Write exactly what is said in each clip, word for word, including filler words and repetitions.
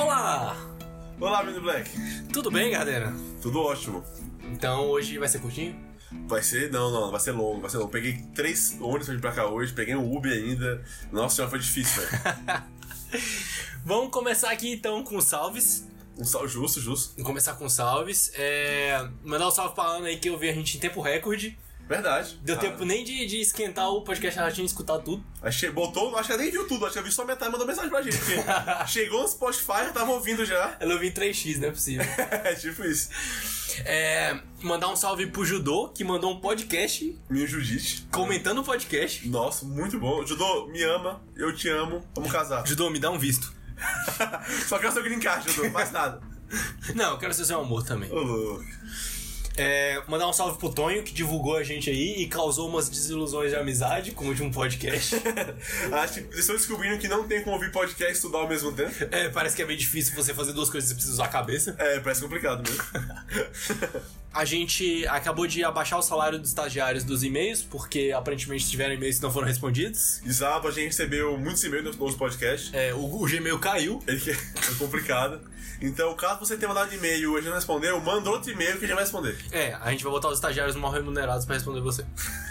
Olá! Olá, Menino Black. Tudo bem, galera? Tudo ótimo. Então hoje vai ser curtinho? Vai ser? Não, não, vai ser longo, vai ser longo. Peguei três ônibus pra vir pra cá hoje, peguei um Uber ainda. Nossa senhora, foi difícil, velho. Vamos começar aqui então com salves. Um salve justo, justo. Vamos começar com salves. É... Mandar um salve pra Ana aí que eu vi a gente em tempo recorde. Verdade. Deu ah. tempo nem de, de esquentar o podcast, ela tinha escutado tudo. Achei, botou, acho que ela nem viu tudo, acho que ela viu só metade e mandou mensagem pra gente. Porque chegou no Spotify, eu tava ouvindo já. Ela ouviu em três x, não é possível. É tipo isso. É, mandar um salve pro Judô, que mandou um podcast. Minha Judite. Comentando o podcast. Nossa, muito bom. Judô, me ama, eu te amo, vamos casar. Judô, me dá um visto. Só quero seu green card, Judô, mais nada. Não, eu quero ser seu amor também. Ô, louco. É, mandar um salve pro Tonho, que divulgou a gente aí e causou umas desilusões de amizade com o último podcast. Acho que eles estão descobrindo que não tem como ouvir podcast e estudar ao mesmo tempo. É, parece que é bem difícil você fazer duas coisas, você precisa usar a cabeça. É, parece complicado mesmo. A gente acabou de abaixar o salário dos estagiários dos e-mails, porque aparentemente tiveram e-mails que não foram respondidos. Exato, a gente recebeu muitos e-mails nos nossos podcasts. É, o, o Gmail caiu. Ele que é complicado. Então, caso você tenha mandado e-mail e a gente não respondeu, manda outro e-mail que a gente vai responder. É, a gente vai botar os estagiários mal remunerados pra responder você.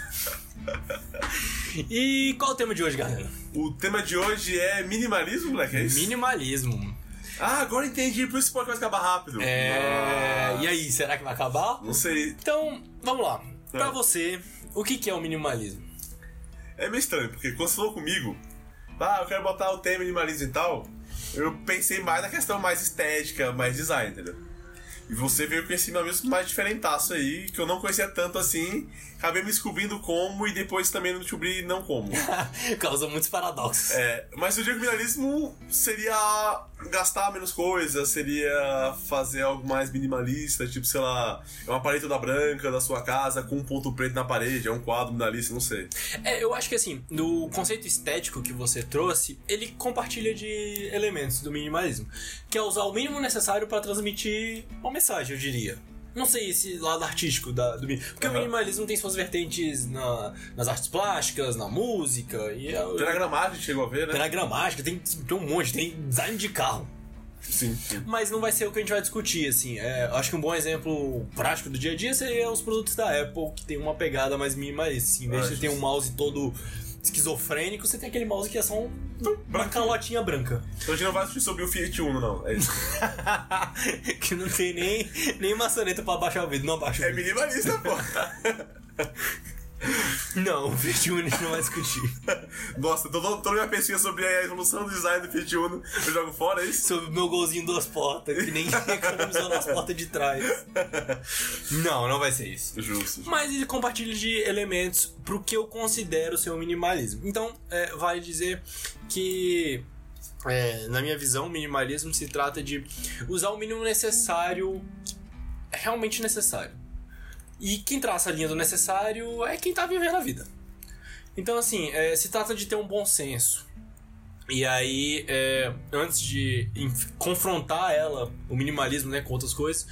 E qual é o tema de hoje, galera? O tema de hoje é minimalismo, moleque, é isso? Minimalismo. Ah, agora entendi, por isso que o podcast vai acabar rápido. É... E aí, será que vai acabar? Não sei. Então, vamos lá. Pra É. você, o que que é o minimalismo? É meio estranho, porque quando você falou comigo, ah, eu quero botar o tema minimalismo e tal, eu pensei mais na questão mais estética, mais design, entendeu? E você veio com esse minimalismo mais diferentaço aí, que eu não conhecia tanto assim, acabei me descobrindo como e depois também não descobri não como. Causa muitos paradoxos. É, mas eu digo que minimalismo seria gastar menos coisas, seria fazer algo mais minimalista, tipo, sei lá, é uma parede toda branca da sua casa com um ponto preto na parede, é um quadro minimalista, não sei. É, eu acho que assim, no conceito estético que você trouxe, ele compartilha de elementos do minimalismo, que é usar o mínimo necessário para transmitir uma mensagem, eu diria. Não sei esse lado artístico da, do minimalismo. Porque uhum. o minimalismo tem suas vertentes na, nas artes plásticas, na música. E é, tem na gramática, chegou a ver, né? Tem na gramática, tem, tem um monte, tem design de carro. Sim, sim. Mas não vai ser o que a gente vai discutir, assim. É, acho que um bom exemplo prático do dia a dia seria os produtos da Apple, que tem uma pegada mais minimalista. Assim, em vez ah, de ter um mouse todo esquizofrênico, você tem aquele mouse que é só um, uma calotinha branca. Então a gente não vai assistir sobre o Fiat Uno, não. É isso. Que não tem nem, nem maçaneta pra abaixar o vidro, não abaixa o É vidro. minimalista, pô. Não, o Fiat Uno a gente não vai discutir. Nossa, toda, toda minha pesquisa sobre a evolução do design do Fiat Uno, eu jogo fora, é isso? Sobre o meu golzinho duas portas, que nem economizou nas portas de trás. Não, não vai ser isso. Justo. Mas ele compartilha de elementos pro que eu considero ser o minimalismo. Então, é, vale dizer que, é, na minha visão, o minimalismo se trata de usar o mínimo necessário, realmente necessário. E quem traça a linha do necessário é quem tá vivendo a vida. Então, assim, é, se trata de ter um bom senso. E aí, é, antes de inf- confrontar ela, o minimalismo, né, com outras coisas,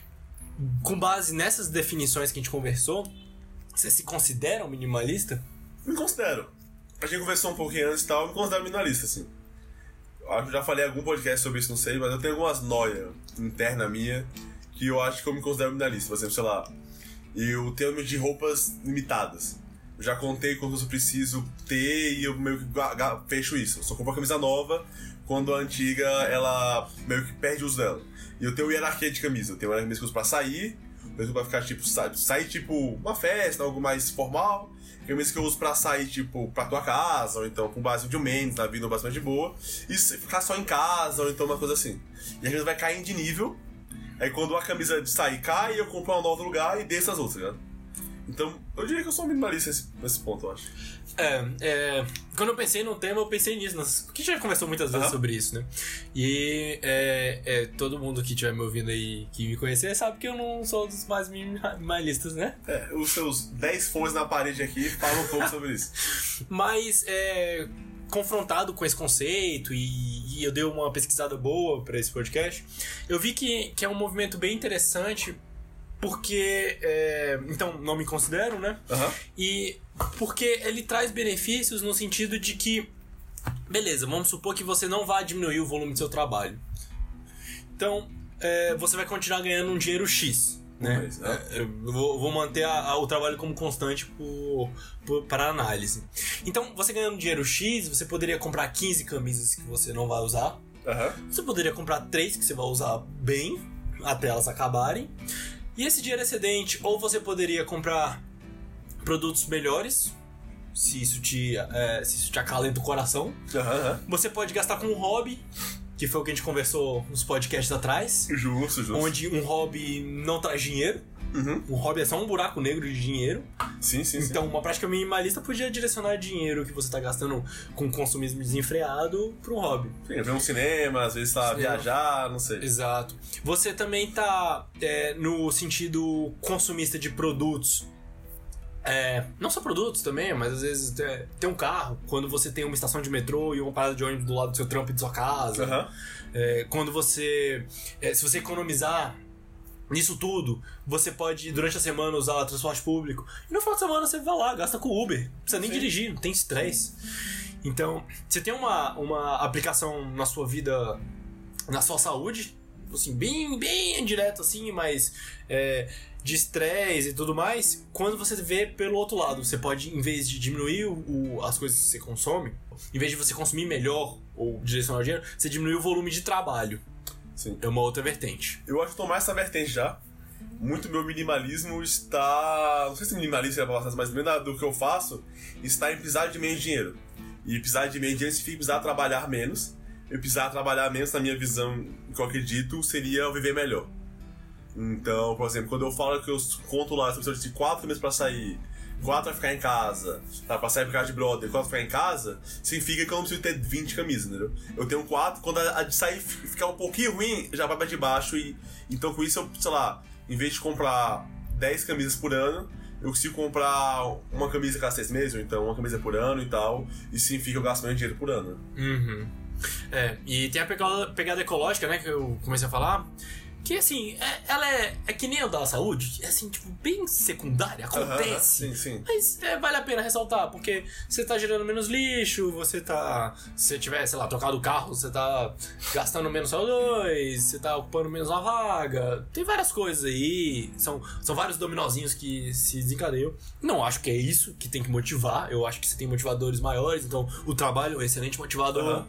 com base nessas definições que a gente conversou, você se considera um minimalista? Me considero. A gente conversou um pouquinho antes e tal, eu me considero minimalista, assim. Eu acho que já falei em algum podcast sobre isso, não sei, mas eu tenho algumas noias internas minha que eu acho que eu me considero minimalista. Por exemplo, sei lá, eu tenho de roupas limitadas. Eu já contei quantas eu preciso ter e eu meio que fecho isso. Eu só compro a camisa nova quando a antiga, ela meio que perde o uso dela. E eu tenho hierarquia de camisa. Eu tenho hierarquia de camisa pra sair, camisa pra ficar tipo, sair, sair tipo uma festa, algo mais formal. Camisa que eu uso pra sair tipo pra tua casa, ou então com base de um menos na vida, bastante de boa. E ficar só em casa, ou então uma coisa assim. E a camisa vai caindo de nível. Aí quando a camisa de sair cai, eu compro uma nova lugar e desço as outras, tá ligado? Então, eu diria que eu sou um minimalista nesse, nesse ponto, eu acho. É, é, quando eu pensei no tema, eu pensei nisso. Nós, porque a gente já conversou muitas vezes uhum. sobre isso, né? E é, é, todo mundo que estiver me ouvindo aí, que me conhecer, sabe que eu não sou dos mais minimalistas, né? É, os seus dez fones na parede aqui falam um pouco sobre isso. Mas, é, confrontado com esse conceito e, e eu dei uma pesquisada boa para esse podcast, eu vi que, que é um movimento bem interessante. Porque, é, então, não me considero, né? Uhum. E porque ele traz benefícios no sentido de que, beleza, vamos supor que você não vai diminuir o volume do seu trabalho. Então, é, você vai continuar ganhando um dinheiro X, né? Um mês, né? É, eu vou, vou manter a, a, o trabalho como constante por, por, para análise. Então, você ganhando dinheiro X, você poderia comprar quinze camisas que você não vai usar. Uhum. Você poderia comprar três que você vai usar bem, até elas acabarem. E esse dinheiro excedente, ou você poderia comprar produtos melhores, se isso te, é, se isso te acalenta o coração. Uhum. Você pode gastar com um hobby, que foi o que a gente conversou nos podcasts atrás. Justo, justo. Onde um hobby não traz dinheiro. Uhum. Um hobby é só um buraco negro de dinheiro. Sim, sim, Então, sim. uma prática minimalista podia direcionar dinheiro que você está gastando com consumismo desenfreado para um hobby. Sim, ver um cinema, às vezes tá Cinema. viajar, não sei. Exato. Você também tá é, no sentido consumista de produtos. É, não só produtos também, mas às vezes é, tem um carro, quando você tem uma estação de metrô e uma parada de ônibus do lado do seu trampo e de sua casa. Uhum. É, quando você... É, se você economizar nisso tudo, você pode, durante a semana, usar transporte público. E no final de semana você vai lá, gasta com Uber. Não precisa nem Sim. dirigir, não tem estresse. Então, você tem uma, uma aplicação na sua vida, na sua saúde, assim, bem, bem direto, assim, mas é, de estresse e tudo mais. Quando você vê pelo outro lado, você pode, em vez de diminuir o, o, as coisas que você consome, em vez de você consumir melhor ou direcionar o dinheiro, você diminui o volume de trabalho. Sim. É uma outra vertente. Eu acho que eu tô mais essa vertente já. Muito meu minimalismo está... Não sei se minimalismo é a palavra, mas dentro do que eu faço, está em precisar de menos dinheiro. E precisar de menos dinheiro significa precisar trabalhar menos. E precisar trabalhar menos, na minha visão, que eu acredito, seria viver melhor. Então, por exemplo, quando eu falo que eu conto lá, se eu preciso de quatro meses pra sair, quatro pra ficar em casa, tá, pra sair pra casa de brother, quatro pra ficar em casa, significa que eu não preciso ter vinte camisas, entendeu? Eu tenho quatro, quando a de sair ficar um pouquinho ruim, já vai pra debaixo e... Então com isso eu, sei lá, em vez de comprar dez camisas por ano, eu consigo comprar uma camisa a cada seis meses, ou então uma camisa por ano e tal, e significa que eu gasto menos dinheiro por ano. Uhum. É, e tem a pegada, pegada ecológica, né, que eu comecei a falar, que assim, é, ela é, é que nem a da saúde, é assim, tipo, bem secundária, acontece. Uhum, sim, sim. Mas é, vale a pena ressaltar, porque você tá gerando menos lixo, você tá. Se você tiver, sei lá, trocado o carro, você tá gastando menos C O dois, você tá ocupando menos uma vaga. Tem várias coisas aí, são, são vários dominozinhos que se desencadeiam. Não acho que é isso que tem que motivar, eu acho que você tem motivadores maiores, então o trabalho é um excelente motivador. Uhum.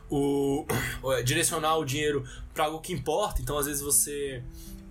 O, o direcionar o dinheiro para algo que importa, então às vezes você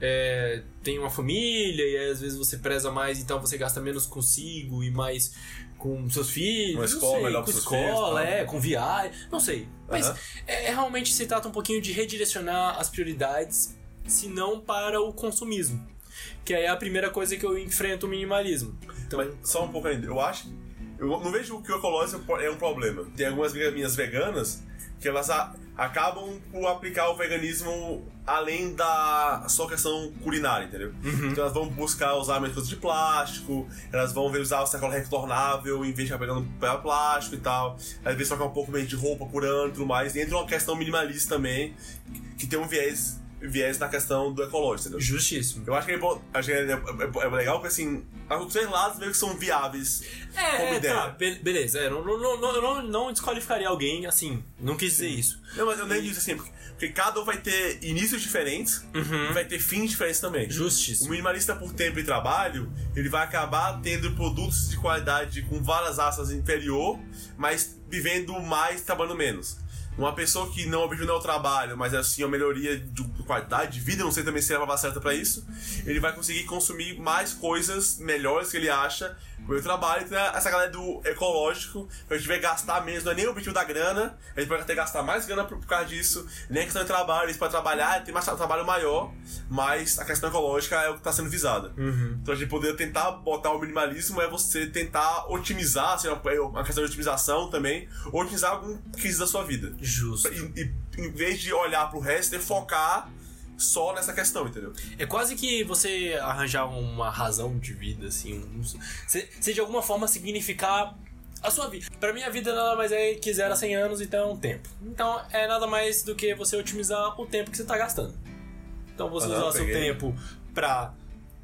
é, tem uma família e às vezes você preza mais, então você gasta menos consigo e mais com seus filhos, uma escola sei, melhor com com escola, filhos, é, com viagem, não sei, mas uhum. é, é, realmente se trata um pouquinho de redirecionar as prioridades, se não para o consumismo, que aí é a primeira coisa que eu enfrento o minimalismo. Então, mas só um pouco ainda, eu acho que eu não vejo que o ecológico é um problema. Tem algumas amigas minhas veganas que elas a, acabam por aplicar o veganismo além da só questão culinária, entendeu? Uhum. Então elas vão buscar usar menos coisas de plástico, elas vão ver usar o sacola retornável em vez de ficar pegando plástico e tal, às vezes trocar um pouco menos de roupa por ano e tudo mais. E entra uma questão minimalista também, que tem um viés, viés na questão do ecológico, entendeu? Justíssimo. Eu acho que é, bom, acho que é, é, é legal porque assim, os três lados meio que são viáveis É, como é ideia. tá, be beleza. É, não, não, não, eu não, não desqualificaria alguém assim, não quis dizer isso. Não, mas eu nem disse assim, porque, porque cada um vai ter inícios diferentes Uhum. e vai ter fins diferentes também. O Justíssimo. minimalista por tempo e trabalho, ele vai acabar tendo produtos de qualidade com várias asas inferior, mas vivendo mais, trabalhando menos. Uma pessoa que não objetivo não é o trabalho, mas é assim, a melhoria de qualidade de vida, não sei também se é a palavra certa pra isso, ele vai conseguir consumir mais coisas melhores que ele acha pelo trabalho. Então, essa galera do ecológico, a gente vai gastar menos, não é nem o objetivo da grana, a gente vai ter que gastar mais grana por, por causa disso, nem a questão de trabalho, eles podem trabalhar, tem mais trabalho maior, mas a questão ecológica é o que está sendo visada. Uhum. Então a gente poder tentar botar o minimalismo é você tentar otimizar, assim, uma questão de otimização também, otimizar algum crise da sua vida. Justo. E, e em vez de olhar pro resto, é focar só nessa questão, entendeu? É quase que você arranjar uma razão de vida, assim, um, você, você de alguma forma significar a sua vida. Pra mim, a vida nada mais é que zero a cem anos, então é um tempo. Então é nada mais do que você otimizar o tempo que você tá gastando. Então você Uhum, usar o seu peguei. tempo pra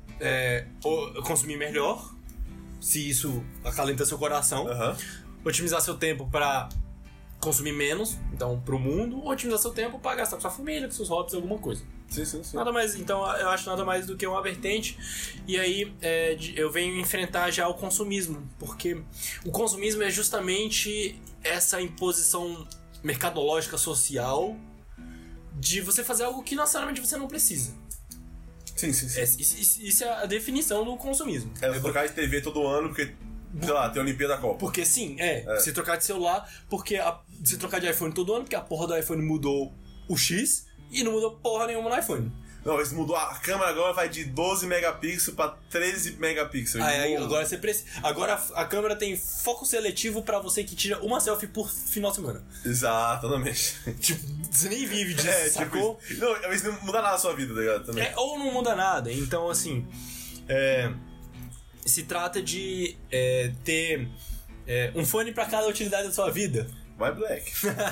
é, consumir melhor, se isso acalenta seu coração. Aham. Otimizar seu tempo pra consumir menos, então, pro mundo, ou otimizar seu tempo pra gastar com sua família, com seus hobbies, alguma coisa. Sim, sim, sim. Nada mais, então, eu acho nada mais do que uma vertente. E aí, é, eu venho enfrentar já o consumismo, porque o consumismo é justamente essa imposição mercadológica social de você fazer algo que, necessariamente, você não precisa. Sim, sim, sim. É, isso, isso é a definição do consumismo. É, é trocar de T V todo ano, porque, sei lá, tem a Olimpíada da Copa. Porque sim, é, é. Se trocar de celular, porque a, se trocar de iPhone todo ano, porque a porra do iPhone mudou o X e não mudou porra nenhuma no iPhone. Não, eles mudou a câmera agora, vai de doze megapixels pra treze megapixels. Ah, aí, agora você precisa. Agora a, a câmera tem foco seletivo pra você que tira uma selfie por final de semana. Exatamente. Tipo, você nem vive disso, É, sacou? tipo, não, isso não muda nada na sua vida, tá ligado? Também. É, ou não muda nada. Então, assim, é, se trata de é, ter é, um fone pra cada utilidade da sua vida. Vai, Black.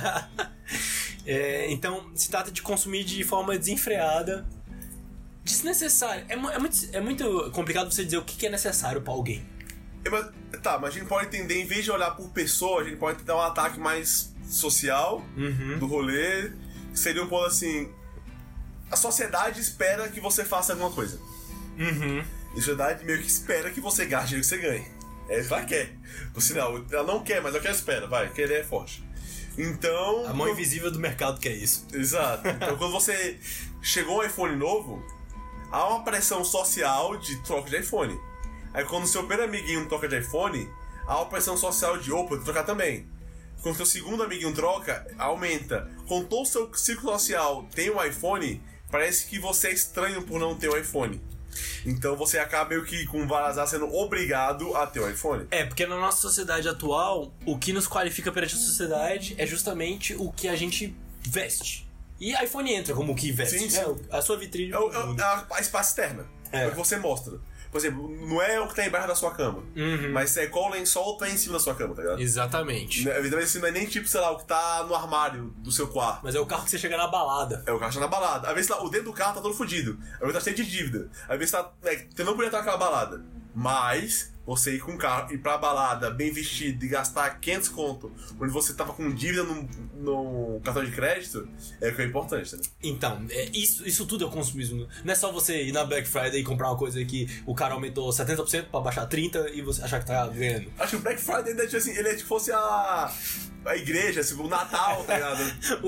É, então, se trata de consumir de forma desenfreada, desnecessária. É, mu- é, muito, é muito complicado você dizer o que que é necessário pra alguém. É, mas- Tá, mas a gente pode entender, em vez de olhar por pessoa, a gente pode dar um ataque mais social Uhum. do rolê. Seria um ponto assim: a sociedade espera que você faça alguma coisa. Uhum. A sociedade meio que espera que você gaste o que você ganhe. É, ela quer. Por sinal, ela não quer, mas ela quer espera. Vai, querer é forte. Então. A mão invisível do mercado que é isso. Exato. Então, quando você chegou um iPhone novo, há uma pressão social de troca de iPhone. Aí, quando o seu primeiro amiguinho troca de iPhone, há uma pressão social de, opa, eu vou trocar também. Quando o seu segundo amiguinho troca, aumenta. Quando todo o seu círculo social tem um iPhone, parece que você é estranho por não ter um iPhone. Então, você acaba meio que, com Varazar, sendo obrigado a ter um iPhone. É, porque na nossa sociedade atual, o que nos qualifica perante a sociedade é justamente o que a gente veste. E iPhone entra como o que veste, Sim, sim. né? A sua vitrine. É, o- é o- é a, a espaço externa. É. É o que você mostra. Por exemplo, não é o que tá embaixo da sua cama, Uhum. mas é qual lençol tá em cima da sua cama, tá ligado? Exatamente. Não, evidentemente, não é nem tipo, sei lá, o que tá no armário do seu quarto. Mas é o carro que você chega na balada. É o carro tá na balada. Às vezes lá, o dentro do carro tá todo fodido. Às vezes tá cheio de dívida. Às vezes tá. É, você não podia estar naquela balada. Mas você ir com o carro, ir pra balada bem vestido e gastar quinhentos conto, onde você tava com dívida no, no cartão de crédito, é o que é importante, né? Então, é, isso, isso tudo é o consumismo. Não é só você ir na Black Friday e comprar uma coisa que o cara aumentou setenta por cento pra baixar trinta por cento e você achar que tá ganhando. Acho que o Black Friday ainda é tipo assim, ele é tipo fosse a. a igreja, tipo, o Natal, tá ligado?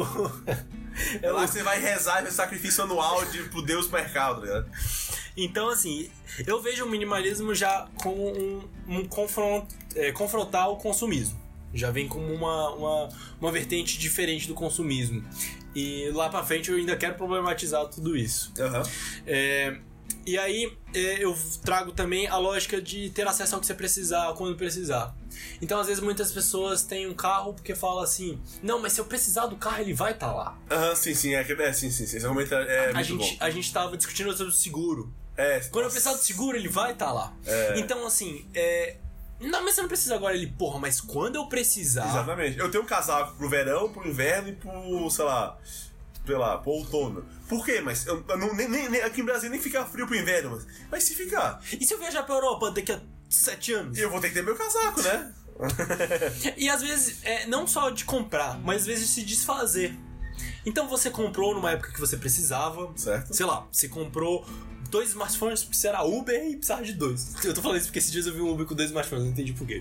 É lá que você vai rezar e fazer sacrifício anual de, pro Deus mercado, tá ligado? Então, assim, eu vejo o minimalismo já como um, um confront, é, confrontar o consumismo. Já vem como uma, uma, uma vertente diferente do consumismo. E lá pra frente eu ainda quero problematizar tudo isso. Aham. É, e aí é, eu trago também a lógica de ter acesso ao que você precisar, quando precisar. Então, às vezes, muitas pessoas têm um carro porque falam assim: não, mas se eu precisar do carro, ele vai estar lá. Aham, sim, sim, é, é sim, sim, sim. Esse argumento é a, muito gente, bom. a gente tava discutindo sobre o seguro. É, Quando eu precisar do seguro, ele vai estar lá. É. Então, assim, é... não, mas você não precisa agora. Ele, porra, mas quando eu precisar... Exatamente. Eu tenho um casaco pro verão, pro inverno e pro, sei lá, sei lá, pro outono. Por quê? Mas eu, eu não, nem, nem, aqui em Brasil nem fica frio pro inverno, mas, mas se ficar, E se eu viajar pra Europa daqui a sete anos? eu vou ter que ter meu casaco, né? E às vezes, é, não só de comprar, mas às vezes de se desfazer. Então você comprou numa época que você precisava. Certo. Sei lá, você comprou dois smartphones porque você era Uber e precisava de dois. Eu tô falando isso porque esses dias eu vi um Uber com dois smartphones, não entendi por quê.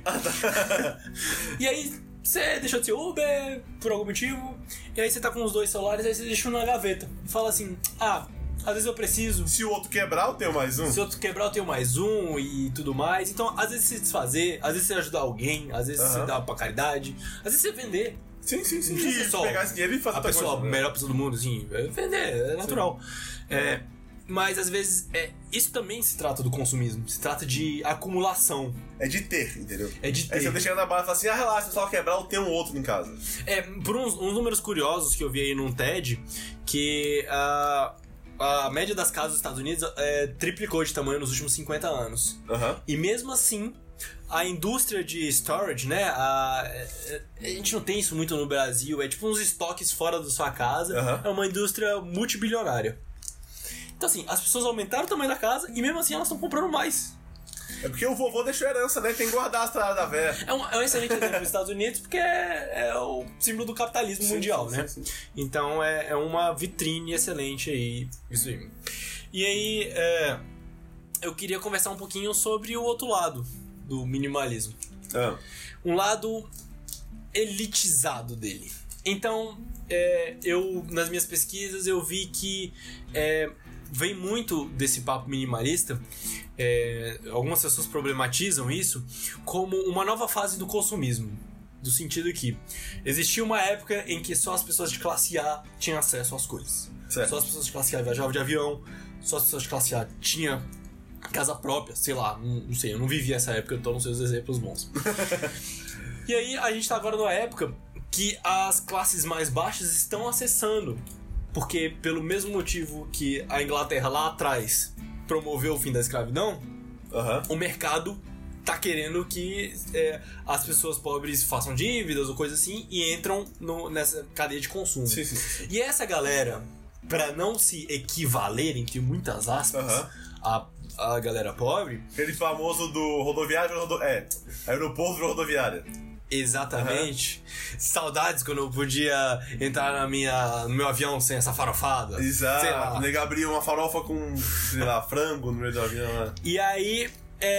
E aí você deixou de ser Uber por algum motivo, e aí você tá com os dois celulares, aí você deixa um na gaveta. E fala assim, ah, às vezes eu preciso. Se o outro quebrar, eu tenho mais um. Se outro quebrar, eu tenho mais um e tudo mais. Então, às vezes você desfazer, às vezes você ajudar alguém, às vezes você Aham. dá pra caridade, às vezes você vender. Sim, sim, sim. Não precisa E ser só pegar esse dinheiro e fazer a outra pessoa, a coisa, né? melhor pessoa do mundo, assim, é vender, é natural. É, mas às vezes, é, isso também se trata do consumismo, se trata de acumulação, É de ter, entendeu? é de Aí você ter. deixa na bala e fala assim, ah, relaxa, se só quebrar, eu tenho um outro em casa. É, por uns, uns números curiosos que eu vi aí num TED, que a, a média das casas dos Estados Unidos é, triplicou de tamanho nos últimos cinquenta anos. Aham. E mesmo assim, a indústria de storage, né? A, a gente não tem isso muito no Brasil, é tipo uns estoques fora da sua casa. Aham. É uma indústria multibilionária. Então, assim, as pessoas aumentaram o tamanho da casa e mesmo assim elas estão comprando mais. É porque o vovô deixou herança, né? Tem que guardar as paradas da véia. É um, é um excelente exemplo dos Estados Unidos porque é, é o símbolo do capitalismo Sim, mundial, sim, né? sim, sim. Então é, é uma vitrine excelente aí, isso aí. E aí, é, eu queria conversar um pouquinho sobre o outro lado do minimalismo. Ah. Um lado elitizado dele. Então, é, eu, nas minhas pesquisas, eu vi que é, vem muito desse papo minimalista. É, algumas pessoas problematizam isso como uma nova fase do consumismo. Do sentido que existia uma época em que só as pessoas de classe A tinham acesso às coisas. Certo. Só as pessoas de classe A viajavam de avião, só as pessoas de classe A tinham casa própria, sei lá, não, não sei, eu não vivi essa época, então não sei os exemplos bons. E aí a gente tá agora numa época que as classes mais baixas estão acessando, porque pelo mesmo motivo que a Inglaterra lá atrás promoveu o fim da escravidão, Uhum. o mercado tá querendo que é, as pessoas pobres façam dívidas ou coisa assim e entram no, nessa cadeia de consumo. Sim, sim, sim. E essa galera, pra não se equivaler, entre muitas aspas, Uhum. a, a galera pobre, Aquele famoso do rodoviário, rodo... é, aeroporto da rodoviária. exatamente, saudades quando eu podia entrar na minha, no meu avião sem essa farofada. Sei Exato. lá. O nego abria uma farofa com, sei lá, frango no meio do avião, né? E aí,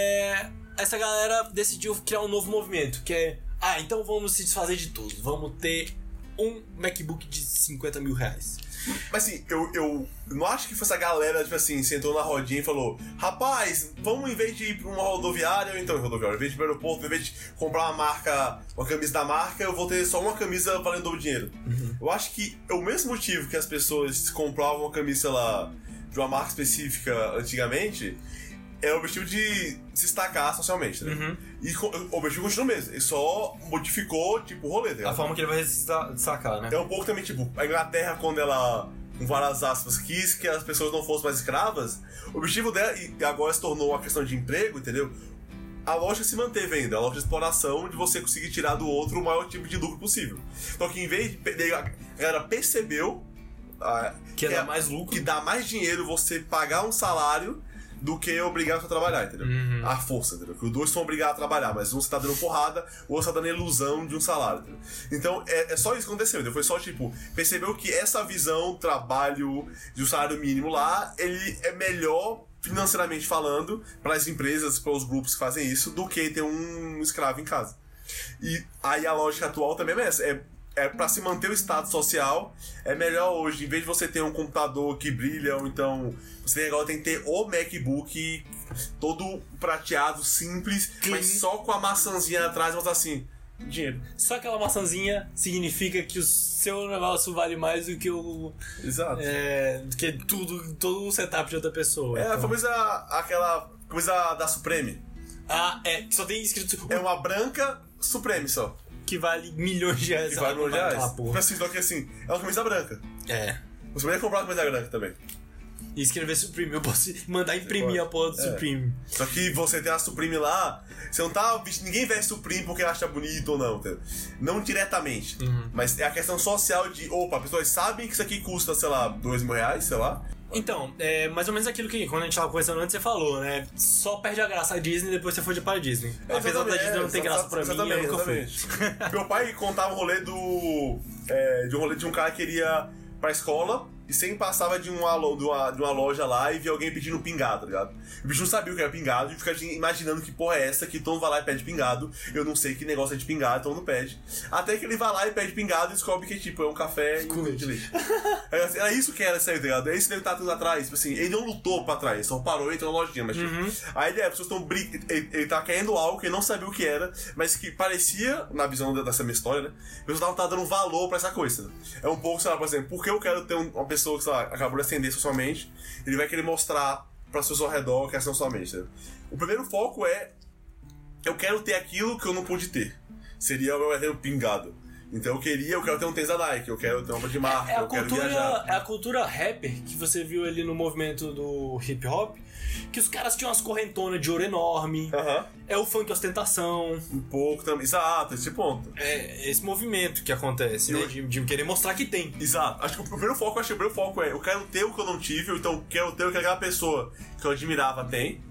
é, essa galera decidiu criar um novo movimento, que é, ah, então vamos se desfazer de tudo, vamos ter um MacBook de cinquenta mil reais. Mas assim, eu, eu não acho que foi essa galera, tipo assim, sentou na rodinha e falou: rapaz, vamos em vez de ir pra uma rodoviária, ou então em rodoviária, em vez de ir pro aeroporto, em vez de comprar uma marca, uma camisa da marca, eu vou ter só uma camisa valendo dobro dinheiro. Uhum. Eu acho que é o mesmo motivo que as pessoas compravam uma camisa, sei lá, de uma marca específica antigamente, é o objetivo de se destacar socialmente, né? Uhum. E o objetivo continua o mesmo, ele só modificou, tipo, o rolê, tá ligado? A forma que ele vai se destacar, né? É um pouco também, tipo, a Inglaterra, quando ela, com várias aspas, quis que as pessoas não fossem mais escravas, o objetivo dela, e agora se tornou uma questão de emprego, entendeu? A lógica se manteve ainda, a lógica de exploração de você conseguir tirar do outro o maior tipo de lucro possível. Então que em vez de... A galera percebeu... A, Que que dá é- mais lucro. Que dá mais dinheiro você pagar um salário do que obrigar você a trabalhar, entendeu? Uhum. A força, entendeu? Que os dois são obrigados a trabalhar, mas um você tá dando porrada, o outro tá dando ilusão de um salário, entendeu? Então, é, é só isso que aconteceu, entendeu? Foi só, tipo, percebeu que essa visão, trabalho de um salário mínimo lá, ele é melhor, financeiramente falando, para as empresas, para os grupos que fazem isso, do que ter um escravo em casa. E aí a lógica atual também é essa, é É pra se manter o status social, é melhor hoje, em vez de você ter um computador que brilha, ou então você agora tem que ter o MacBook todo prateado, simples, Clean. mas só com a maçãzinha atrás, mas assim, dinheiro. Só aquela maçãzinha significa que o seu negócio vale mais do que o. Exato. É, É, do que tudo, todo o setup de outra pessoa. a então. famosa, aquela coisa da Supreme. Ah, é, que só tem escrito É uma branca Supreme só. que vale milhões de reais. Que vale milhões de reais. Aquela Tipo porra. assim, só que assim, é uma camisa branca. É. Você poderia comprar uma camisa branca também. E escrever Supreme, eu posso mandar imprimir pode. a porra do É. Supreme. Só que você tem a Supreme lá, você não tá. Ninguém veste Supreme porque acha bonito ou não, entendeu? Não diretamente. Uhum. Mas é a questão social de, opa, pessoas sabem que isso aqui custa, sei lá, dois mil reais, sei lá. Então, é mais ou menos aquilo que quando a gente tava conversando antes você falou, né? Só perde a graça a Disney depois você for de para a Disney. Apesar da Disney não ter graça pra mim, eu nunca fui. exatamente. Meu pai contava um rolê do. É, de um rolê de um cara que queria pra escola e sempre passava de uma, lo- de, uma, de uma loja lá e via alguém pedindo pingado, tá ligado? O bicho não sabia o que era pingado e fica imaginando que porra é essa, que todo mundo vai lá e pede pingado. Eu não sei que negócio é de pingado, então não pede. Até que ele vai lá e pede pingado e descobre que tipo, é um café Com e de leite. É, assim, era isso que era isso aí, tá ligado? É isso que ele tá tudo atrás. Tipo assim, ele não lutou pra trás, só parou e entrou na lojinha, mas tipo, Uhum. a ideia é, as pessoas estão brin... ele, ele tá querendo algo que ele não sabia o que era, mas que parecia, na visão dessa minha história, né? A pessoa tá dando valor pra essa coisa. Né? É um pouco, sei lá, por exemplo, porque eu quero ter um- uma pessoa que, sei lá, acabou de ascender socialmente, ele vai querer mostrar para as pessoas ao redor que é socialmente. Né? O primeiro foco é: eu quero ter aquilo que eu não pude ter. Seria o meu exemplo pingado. Então eu queria, eu quero ter um tênis da Nike, eu quero ter uma roupa de marca, É a, eu quero cultura, viajar. é a cultura rapper que você viu ali no movimento do hip hop, que os caras tinham umas correntonas de ouro enorme, Aham. é o funk ostentação, Um pouco também. Exato, esse ponto. é esse movimento que acontece, né? De, de querer mostrar que tem. Exato. Acho que o primeiro foco, acho que o primeiro foco é: eu quero ter o que eu não tive, então eu quero ter o que aquela pessoa que eu admirava tem.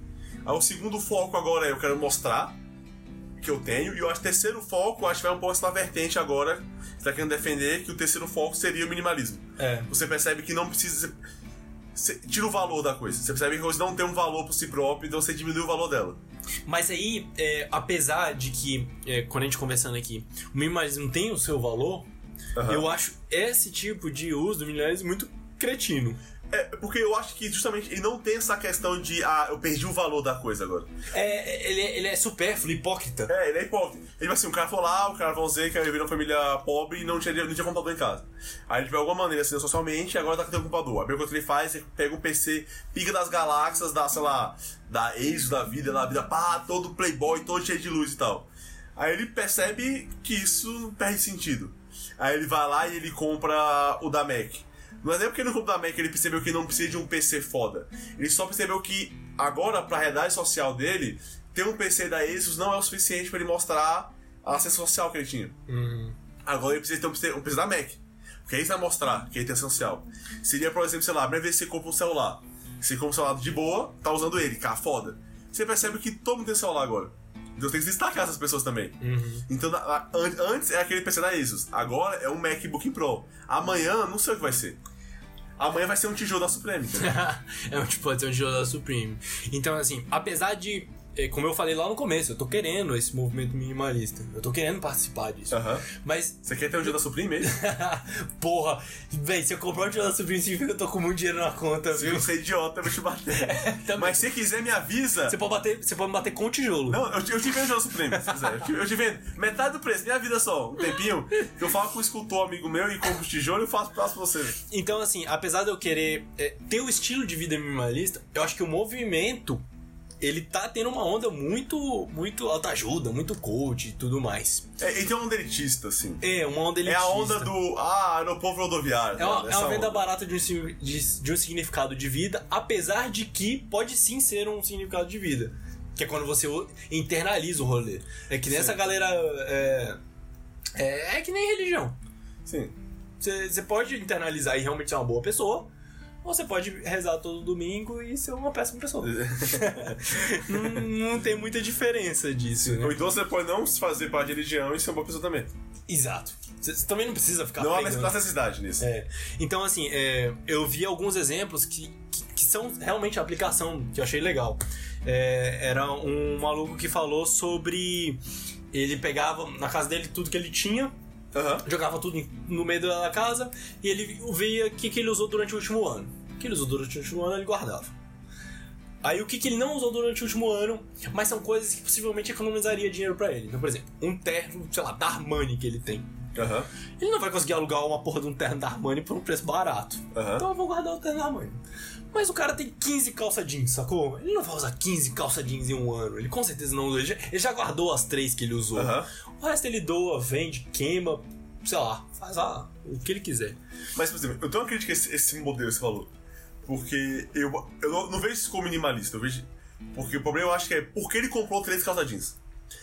Aí o segundo foco agora é eu quero mostrar que eu tenho. E eu acho que o terceiro foco, eu acho que vai um pouco essa vertente agora. Você tá querendo defender que o terceiro foco seria o minimalismo. É. Você percebe que não precisa... Você tira o valor da coisa. Você percebe que a coisa não tem um valor por si próprio, então você diminui o valor dela. Mas aí, é, apesar de que, é, quando a gente conversando aqui, o minimalismo tem o seu valor, uhum. eu acho esse tipo de uso do minimalismo muito cretino. É, porque eu acho que justamente ele não tem essa questão de, ah, eu perdi o valor da coisa agora. É, ele, ele é supérfluo, hipócrita. É, ele é hipócrita. Ele, assim, o cara foi lá, o cara vão dizer que vive numa família pobre e não tinha, não tinha computador em casa. Aí ele, de alguma maneira, assim, socialmente, e agora tá tendo um computador. A primeira coisa que ele faz é pega um P C, pica das galáxias, da, sei lá, da Asus da vida, da vida, pá, todo playboy, todo cheio de luz e tal. Aí ele percebe que isso perde sentido. Aí ele vai lá e ele compra o da Mac. Não é nem porque ele não compra da Mac que ele percebeu que não precisa de um P C foda. Ele só percebeu que agora, pra realidade social dele, ter um P C da Asus não é o suficiente pra ele mostrar a ascensão social que ele tinha. Uhum. Agora ele precisa ter um P C, um P C da Mac. Porque aí isso vai mostrar que ele tem ascensão social. Seria, por exemplo, sei lá, a primeira vez que você compra um celular. Você compra um celular de boa, tá usando ele, cara, foda. Você percebe que todo mundo tem celular agora. Então tem que destacar essas pessoas também. Uhum. Então, a, a, antes era aquele P C da Asus. Agora é um MacBook Pro. Amanhã, não sei o que vai ser. Amanhã vai ser um tijolo da Supreme. É um tipo, pode ser um tijolo da Supreme. Então, assim, apesar de... Como eu falei lá no começo, eu tô querendo esse movimento minimalista. Eu tô querendo participar disso. Uhum. Mas... Você quer ter um tijolo da Supreme mesmo? Porra! Véi, se eu comprar um tijolo da Supreme, significa que eu tô com muito dinheiro na conta, se viu? você é idiota, eu vou te bater. Mas se quiser, me avisa. Você pode, bater, você pode me bater com o tijolo. Não, eu te, eu te vendo o tijolo Supreme, se quiser. Eu te, eu te vendo. Metade do preço, minha vida só. Um tempinho. Que eu falo com um escultor amigo meu e compro os tijolos e eu faço prazo pra você. Então, assim, apesar de eu querer é, ter o estilo de vida minimalista, eu acho que o movimento... ele tá tendo uma onda muito, muito autoajuda, muito coach e tudo mais. É, ele tem uma onda elitista, assim. É, uma onda elitista. É a onda do, ah, no povo rodoviário. É uma, é uma venda barata de um, de, de um significado de vida, apesar de que pode sim ser um significado de vida. Que é quando você internaliza o rolê. É que nem essa galera... É, é, é que nem religião. Sim. Você, você pode internalizar e realmente ser uma boa pessoa, ou você pode rezar todo domingo e ser uma péssima pessoa. não, não tem muita diferença disso, né? Ou então você pode não fazer parte de religião e ser uma boa pessoa também. Exato. Você também não precisa ficar não há pregando. necessidade nisso. É. Então, assim, é, eu vi alguns exemplos que, que, que são realmente a aplicação, que eu achei legal. É, era um maluco que falou sobre... Ele pegava na casa dele tudo que ele tinha, uhum. jogava tudo no meio da casa, e ele via o que, que ele usou durante o último ano. O que ele usou durante o último ano, ele guardava. Aí o que, que ele não usou durante o último ano, mas são coisas que possivelmente economizaria dinheiro pra ele. Então, por exemplo, um terno, sei lá, da Armani que ele tem. Uhum. Ele não vai conseguir alugar uma porra de um terno da Armani por um preço barato. Uhum. Então eu vou guardar o terno da Armani. Mas o cara tem quinze calça jeans, sacou? Ele não vai usar quinze calça jeans em um ano. Ele com certeza não usa. Ele já, ele já guardou as três que ele usou. Uhum. O resto ele doa, vende, queima, sei lá, faz ah, o que ele quiser. Mas, por exemplo, eu tenho uma crítica a esse, esse modelo que você falou. Porque eu, eu não, não vejo isso como minimalista. Eu vejo, porque o problema eu acho que é porque ele comprou três calça jeans.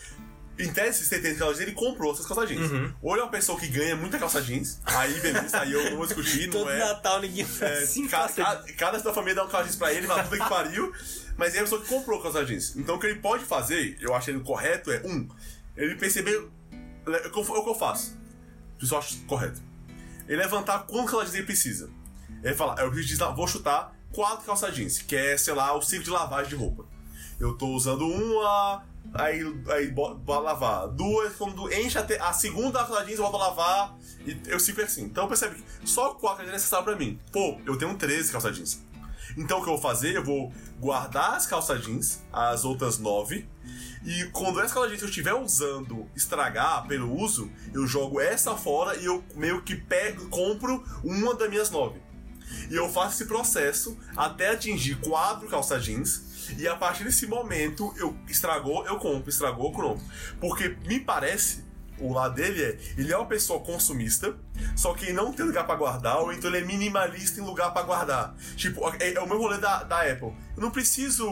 Em tese, se tem três calça jeans, ele comprou essas calça jeans. Uhum. Ou ele é uma pessoa que ganha muita calça jeans, aí beleza, aí eu não vou discutir, não Todo é... Natal ninguém é, assim, cada, cada, cada da família dá um calça jeans pra ele, vai puta que pariu. Mas é a pessoa que comprou calça jeans. Então o que ele pode fazer, eu acho ele correto, é um, ele perceber... É o que eu faço. Isso eu acho correto. Ele levantar quanto calça jeans ele precisa. Ele fala, eu preciso, vou chutar quatro calça jeans, que é, sei lá, o ciclo de lavagem de roupa. Eu tô usando uma, aí, aí bora lavar. Duas, quando enche a, te, a segunda calça jeans, eu volto a lavar, e eu fico assim. Então percebe que só quatro calça jeans é necessário pra mim. Pô, eu tenho treze calça jeans. Então o que eu vou fazer? Eu vou guardar as calça jeans, as outras nove, e quando essa calça jeans que eu estiver usando estragar pelo uso, eu jogo essa fora e eu meio que pego, compro uma das minhas nove. E eu faço esse processo até atingir quatro calça jeans. E a partir desse momento, eu estragou, eu compro, estragou, eu compro. Porque me parece, o lado dele é, ele é uma pessoa consumista, só que ele não tem lugar pra guardar, ou então ele é minimalista em lugar pra guardar. Tipo, é, é o meu rolê da, da Apple. Eu não preciso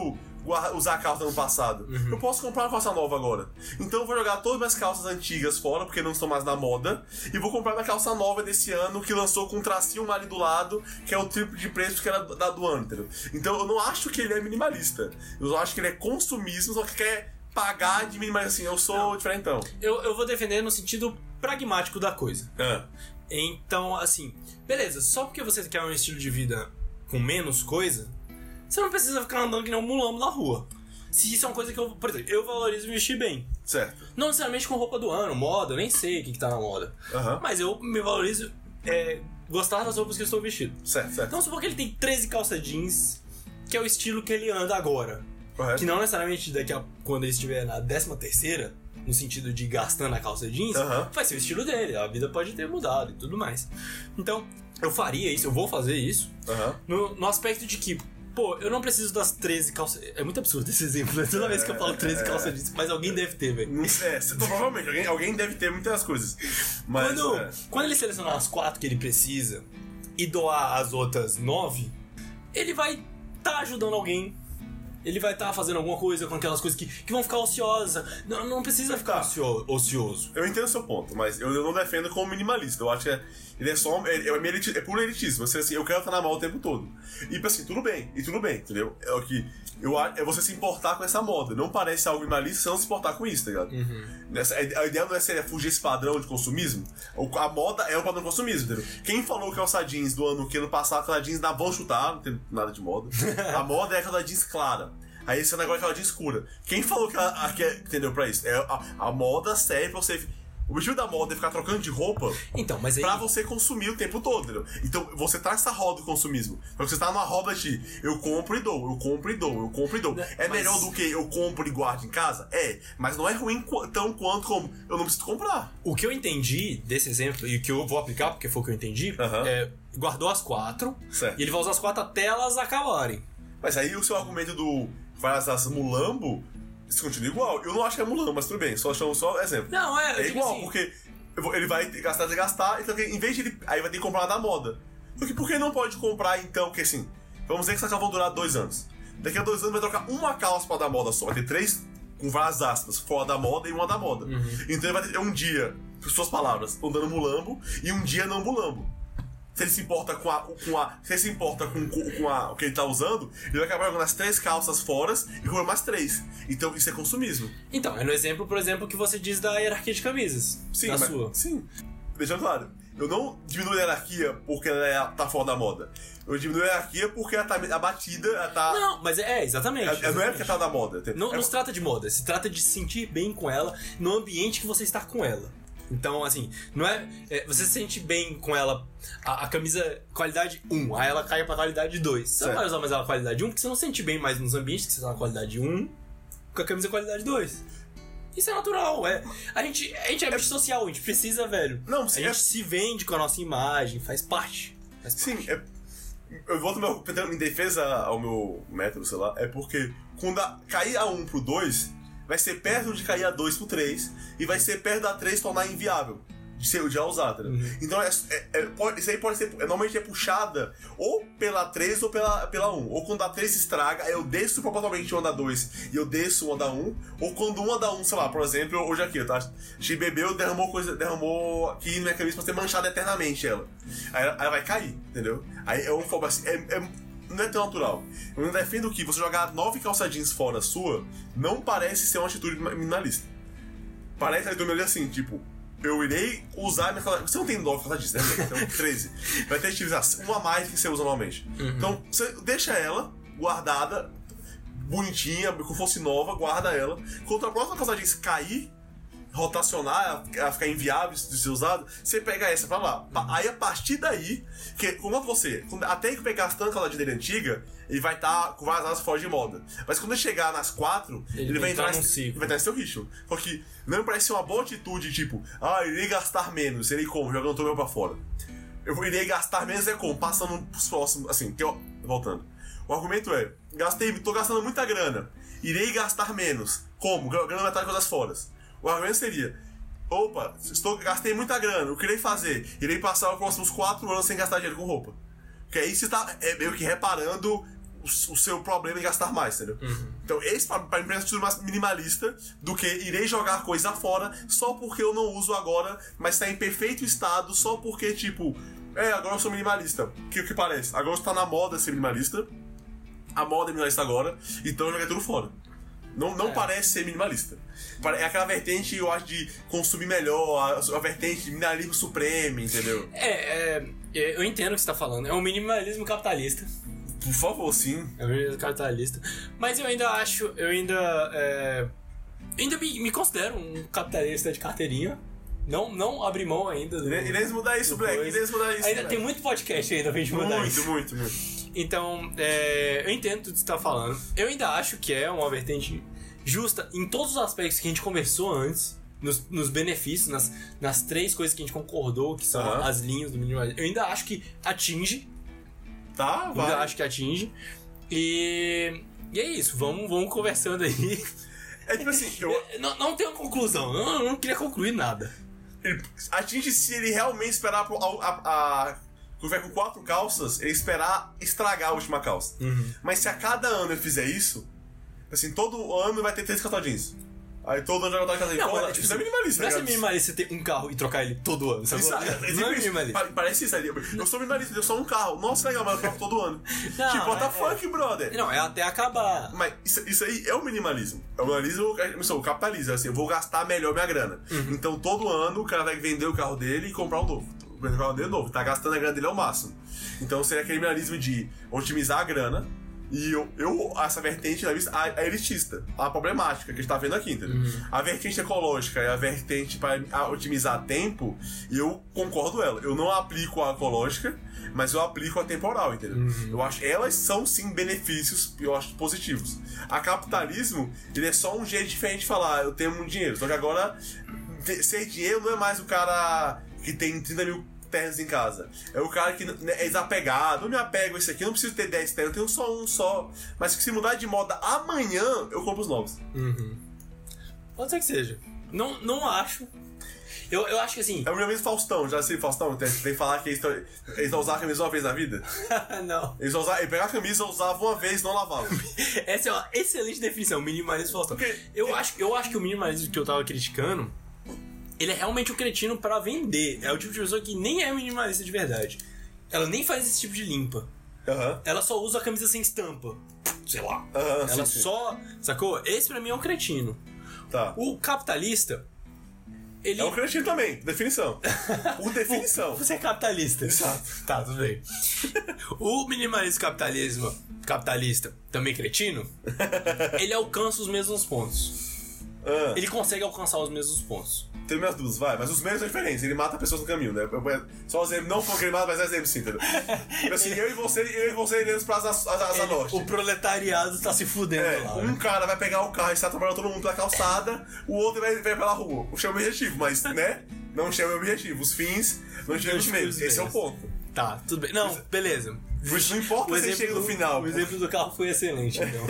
usar a calça do ano passado. Uhum. Eu posso comprar uma calça nova agora. Então eu vou jogar todas as minhas calças antigas fora, porque não estão mais na moda, e vou comprar minha calça nova desse ano, que lançou com um tracinho ali do lado, que é o triplo de preço que era da do ano, entendeu? Então eu não acho que ele é minimalista. Eu acho que ele é consumismo, só que quer pagar de minimalista. Assim, eu sou não. diferentão. Eu, eu vou defender no sentido pragmático da coisa. É. Então, assim, beleza, só porque você quer um estilo de vida com menos coisa, você não precisa ficar andando que nem um mulambo na rua. Se isso é uma coisa que eu... Por exemplo, eu valorizo vestir bem. Certo. Não necessariamente com roupa do ano, moda, eu nem sei o que, que tá na moda. Uhum. Mas eu me valorizo é, gostar das roupas que eu estou vestido. Certo, certo. Então, supor que ele tem treze calça jeans, que é o estilo que ele anda agora. Correto. Que não necessariamente daqui a... quando ele estiver na décima terceira, no sentido de gastando a calça jeans, uhum. vai ser o estilo dele. A vida pode ter mudado e tudo mais. Então, eu faria isso, eu vou fazer isso, uhum. no, no aspecto de que, pô, eu não preciso das treze calças... É muito absurdo esse exemplo, né? Toda vez que eu falo treze é... calças jeans, mas alguém deve ter, velho. É, provavelmente, alguém, alguém deve ter muitas coisas. Mas, quando, é... quando ele selecionar as quatro que ele precisa e doar as outras nove, ele vai estar tá ajudando alguém. Ele vai estar tá fazendo alguma coisa com aquelas coisas que, que vão ficar ociosas. Não, não precisa ficar ocio, ocioso. Eu entendo o seu ponto, mas eu, eu não defendo como minimalista. Eu acho que é, ele é só... É, é, eliti, é puro elitismo. Você, assim, eu quero estar na moda o tempo todo. E assim, tudo bem. E tudo bem, entendeu? É o que... Eu, é você se importar com essa moda. Não parece algo minimalista se não se importar com isso, tá ligado? Uhum. Nessa, a ideia não é ser, fugir esse padrão de consumismo. A moda é o padrão de consumismo, entendeu? Quem falou que calça jeans do ano que ano passado, calça jeans na vão chutar, não tem nada de moda. A moda é aquela jeans clara. Aí esse negócio é aquela jeans escura. Quem falou que ela que é, entendeu pra isso? É, a, a moda serve pra você... O objetivo da moda é ficar trocando de roupa então, mas aí... pra você consumir o tempo todo, entendeu? Então você tá nessa roda do consumismo. Você tá numa roda de eu compro e dou, eu compro e dou, eu compro e dou. É mas... melhor do que eu compro e guardo em casa? É, mas não é ruim tão quanto como eu não preciso comprar. O que eu entendi desse exemplo, e que eu vou aplicar porque foi o que eu entendi, uhum. é guardou as quatro, certo. E ele vai usar as quatro até elas acabarem. Mas aí o seu argumento do vai usar mulambo, isso continua igual. Eu não acho que é mulambo, mas tudo bem, só achamos só exemplo. Não, é, é igual, assim. Porque ele vai gastar, desgastar, então em vez de ele. Aí vai ter que comprar uma da moda. Porque por que não pode comprar então? Porque assim, vamos dizer que essas calças vão durar dois anos. Daqui a dois anos vai trocar uma calça pra da moda só. Vai ter três, com várias aspas, fora da moda e uma da moda. Uhum. Então ele vai ter um dia, por suas palavras, andando mulambo e um dia não mulambo. Se ele se importa com a. Com a se ele se importa com, com, com a, o que ele tá usando, ele vai acabar jogando as três calças fora e comprar mais três. Então isso é consumismo. Então, é no exemplo, por exemplo, que você diz da hierarquia de camisas. Sim, da mas, sua. Sim. Deixando claro, eu não diminuo a hierarquia porque ela é, tá fora da moda. Eu diminuo a hierarquia porque ela tá abatida, ela tá. Não, mas é, exatamente. Ela, exatamente. Não é porque tá da moda. Não, é... não se trata de moda, se trata de se sentir bem com ela no ambiente que você está com ela. Então, assim, não é, é. Você se sente bem com ela, a, a camisa qualidade um, aí ela cai pra qualidade dois. Você certo. Não vai usar mais ela qualidade um, porque você não se sente bem mais nos ambientes que você tá na qualidade um com a camisa qualidade dois. Isso é natural, é. A gente, a gente é bicho social, a gente precisa, velho. Não, a gente é... se vende com a nossa imagem, faz parte. Faz sim, parte. É... eu volto meu, em defesa ao meu método, sei lá, é porque quando a, cair a um pro dois. Vai ser perto de cair a dois pro três e vai ser perto da três tornar inviável de ser já usada. Né? Uhum. Então é, é, é, pode, isso aí pode ser. É, normalmente é puxada ou pela três ou pela, pela um. Ou quando a três se estraga, eu desço proporcionalmente uma da dois e eu desço uma da um. Ou quando uma da um, sei lá, por exemplo, hoje aqui, tá? A gente bebeu, derramou coisa, derramou aqui na minha camisa pra ser manchada eternamente ela. Aí ela, ela vai cair, entendeu? Aí é um fogo assim. É, é, não é tão natural. Eu não defendo que você jogar nove calça jeans fora sua não parece ser uma atitude minimalista. Parece a minha assim, tipo, eu irei usar minha calça... Você não tem nove calça jeans, né? Então, treze. Vai ter que utilizar uma a mais que você usa normalmente. Uhum. Então, você deixa ela guardada, bonitinha, como se fosse nova, guarda ela. Quando a próxima calça jeans cair, rotacionar, ela ficar inviável de ser usada, você pega essa pra lá. Uhum. Aí a partir daí, que quando você, até que pegar as tantas dele antiga, ele vai estar tá com várias asas fora de moda. Mas quando ele chegar nas quatro, ele, ele vai, entrar nesse, vai entrar nesse seu ritmo. Porque não me parece ser uma boa atitude, tipo, ah, irei gastar menos, irei como? Jogando todo meu pra fora. Eu irei gastar menos é como? Passando pros próximos, assim, que eu, voltando. O argumento é, gastei, tô gastando muita grana, irei gastar menos. Como? Ganhando metade de coisas fora. O argumento seria, opa, estou, gastei muita grana, o que irei fazer? Irei passar os próximos quatro anos sem gastar dinheiro com roupa. Porque aí você está é, meio que reparando o, o seu problema em gastar mais, entendeu? Uhum. Então, esse pra, pra mim é tudo mais minimalista do que irei jogar coisa fora só porque eu não uso agora, mas tá em perfeito estado só porque, tipo, é, agora eu sou minimalista. Que o que parece? Agora tá na moda ser minimalista. A moda é minimalista agora, então eu joguei tudo fora. Não, não é. Parece ser minimalista. É aquela vertente, eu acho, de consumir melhor, a, a vertente de minimalismo supremo, entendeu? É, é, eu entendo o que você tá falando. É um minimalismo capitalista. Por favor, sim. É um minimalismo capitalista. Mas eu ainda acho, eu ainda. É, eu ainda me, me considero um capitalista de carteirinha. Não, não abri mão ainda. Do, Iremos mudar isso, Black. Iremos mudar isso. Ainda Black. Tem muito podcast ainda pra gente mudar muito, isso. Muito, muito, muito. Então, é, eu entendo tudo que você tá falando. Eu ainda acho que é uma vertente justa em todos os aspectos que a gente conversou antes, nos, nos benefícios, nas, nas três coisas que a gente concordou, que são uhum. as linhas do minimalismo. Eu ainda acho que atinge. Tá, vai. Ainda acho que atinge. E, e é isso, vamos, vamos conversando aí. É tipo assim, eu... não, não tem uma conclusão, eu não, eu não queria concluir nada. Ele atinge se ele realmente esperar a... a, a... Quando vai com quatro calças, ele esperar estragar a última calça. Uhum. Mas se a cada ano ele fizer isso, assim, todo ano vai ter três calça jeans. Aí todo ano vai botar calça jeans. Não, tipo, isso é minimalista. Não é ser minimalista você ter um carro e trocar ele todo ano, sabe? Isso, é, não é minimalista. Parece isso ali. Eu sou minimalista, eu sou um carro. Nossa, legal, mas eu troco todo ano. Não, tipo, what the fuck, é... brother? Não, é até acabar. Mas isso, isso aí é o minimalismo. É o minimalismo, o capitalismo. Assim, eu vou gastar melhor minha grana. Uhum. Então todo ano o cara vai vender o carro dele e comprar um novo. Vender o carro dele novo. Tá gastando a grana dele ao máximo. Então seria aquele minimalismo de otimizar a grana. E eu, eu essa vertente, a, a elitista, a problemática que a gente tá vendo aqui, entendeu? Uhum. A vertente ecológica e a vertente para otimizar tempo, eu concordo ela. Eu não aplico a ecológica, mas eu aplico a temporal, entendeu? Uhum. Eu acho elas são sim benefícios, eu acho positivos. A capitalismo, ele é só um jeito diferente de falar, eu tenho muito dinheiro. Só que agora, ser dinheiro não é mais o cara que tem trinta mil terras em casa. É o cara que é desapegado. Eu me apego a isso aqui, eu não preciso ter dez terras, eu tenho só um só. Mas que se mudar de moda amanhã, eu compro os novos. Uhum. Pode ser que seja. Não, não acho. Eu, eu acho que assim... É o meu mesmo Faustão, já sei Faustão, tem, tem que falar que eles, tão, eles vão usar a camisa uma vez na vida? Não. Eles vão usar, eles pegavam a camisa, usavam uma vez, não lavavam. Essa é uma excelente definição, minimalismo Faustão. Porque, eu, é... acho, eu acho que o minimalismo que eu tava criticando, ele é realmente um cretino pra vender. É o tipo de pessoa que nem é minimalista de verdade. Ela nem faz esse tipo de limpa. Uhum. Ela só usa a camisa sem estampa. Sei lá. Uhum, ela sim, só... sim. Sacou? Esse pra mim é um cretino. Tá. O capitalista... Ele... É um cretino também, definição. Por definição. Você é capitalista. Exato. Tá, tudo bem. O minimalismo capitalismo, capitalista, também cretino, ele alcança os mesmos pontos. Ah. Ele consegue alcançar os mesmos pontos. Tem minhas dúvidas, vai, mas os meios são diferentes. Ele mata pessoas no caminho, né? Só exemplo, não porque ele mata, mas é exemplo sim, entendeu? Assim, eu e você, eu e você iremos pra Asa, Asa, Asa Norte. O proletariado tá se fudendo é, lá. Um né? cara vai pegar o carro e está trabalhando todo mundo pela calçada, o outro vai, vai pela rua. O chama objetivo, mas, né? Não chama objetivo. Os fins não chegam os meios. Esse é o ponto. Tá, tudo bem. Não, beleza. Por isso não importa se chega no final. O exemplo do carro foi excelente, então.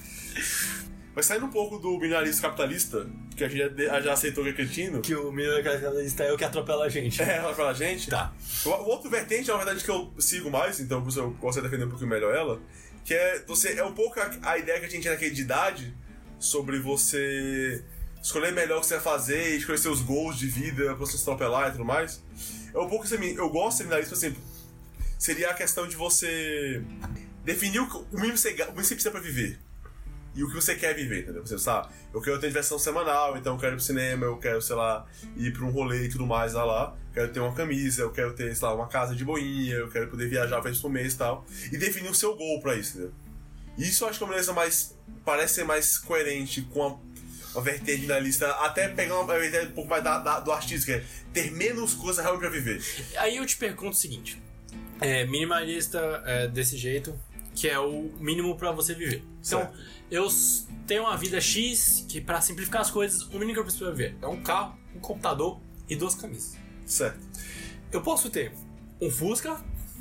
Mas saindo um pouco do minimalismo capitalista, que a gente já, já aceitou que é cretino. Que o minimalismo capitalista é o que atropela a gente. É, atropela a gente. Tá. O, o outro vertente, na verdade, que eu sigo mais, então por isso eu gosto de defender um pouquinho melhor ela, que é, você, é um pouco a, a ideia que a gente tinha naquele de idade, sobre você escolher melhor o que você vai fazer, escolher seus goals de vida pra você se atropelar e tudo mais. É um pouco assim, eu gosto de minimalismo, por exemplo, seria a questão de você definir o, o mínimo que você, o mínimo que você precisa pra viver. E o que você quer viver, entendeu? Você sabe, eu quero ter diversão semanal, então eu quero ir pro cinema, eu quero, sei lá, ir pra um rolê e tudo mais lá lá. Quero ter uma camisa, eu quero ter, sei lá, uma casa de boinha, eu quero poder viajar uma vez por mês e tal. E definir o seu goal pra isso, entendeu? Isso eu acho que é uma beleza mais... parece ser mais coerente com a, a vertente na lista, até pegar uma vertente um pouco mais da, da, do artista, que é ter menos coisa realmente pra viver. Aí eu te pergunto o seguinte, é, minimalista é, desse jeito, que é o mínimo pra você viver. Então, certo. Eu tenho uma vida X, que pra simplificar as coisas, o mínimo que eu preciso viver é um carro, um computador e duas camisas. Certo. Eu posso ter um Fusca,